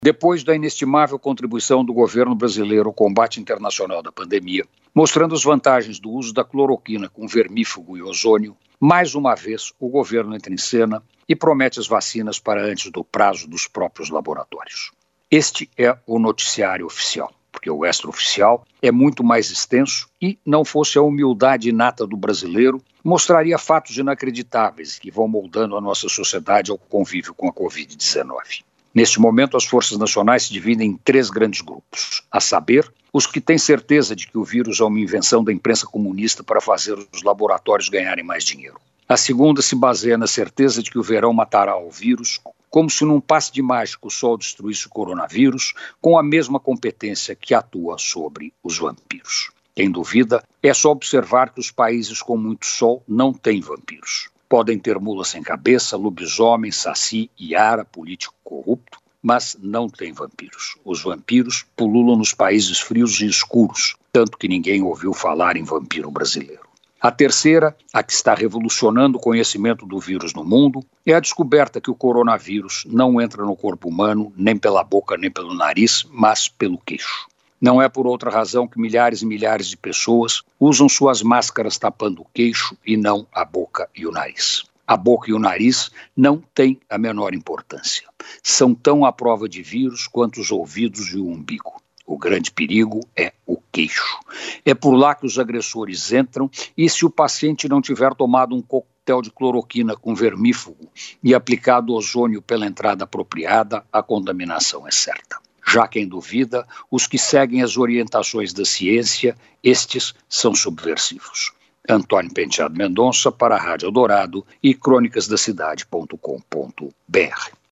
Depois da inestimável contribuição do governo brasileiro ao combate internacional da pandemia, mostrando as vantagens do uso da cloroquina com vermífugo e ozônio, mais uma vez o governo entra em cena e promete as vacinas para antes do prazo dos próprios laboratórios. Este é o noticiário oficial, porque o extraoficial é muito mais extenso e, não fosse a humildade inata do brasileiro, mostraria fatos inacreditáveis que vão moldando a nossa sociedade ao convívio com a Covid-19. Neste momento, as forças nacionais se dividem em 3 grandes grupos, a saber, os que têm certeza de que o vírus é uma invenção da imprensa comunista para fazer os laboratórios ganharem mais dinheiro. A segunda se baseia na certeza de que o verão matará o vírus, como se num passe de mágica o sol destruísse o coronavírus, com a mesma competência que atua sobre os vampiros. Quem duvida, é só observar que os países com muito sol não têm vampiros. Podem ter mula sem cabeça, lobisomem, saci, iara, político corrupto, mas não tem vampiros. Os vampiros pululam nos países frios e escuros, tanto que ninguém ouviu falar em vampiro brasileiro. A terceira, a que está revolucionando o conhecimento do vírus no mundo, é a descoberta que o coronavírus não entra no corpo humano nem pela boca nem pelo nariz, mas pelo queixo. Não é por outra razão que milhares e milhares de pessoas usam suas máscaras tapando o queixo e não a boca e o nariz. A boca e o nariz não têm a menor importância. São tão à prova de vírus quanto os ouvidos e o umbigo. O grande perigo é o queixo. É por lá que os agressores entram e, se o paciente não tiver tomado um coquetel de cloroquina com vermífugo e aplicado ozônio pela entrada apropriada, a contaminação é certa. Já quem duvida, os que seguem as orientações da ciência, estes são subversivos. Antônio Penteado Mendonça para a Rádio Eldorado e crônicasdacidade.com.br.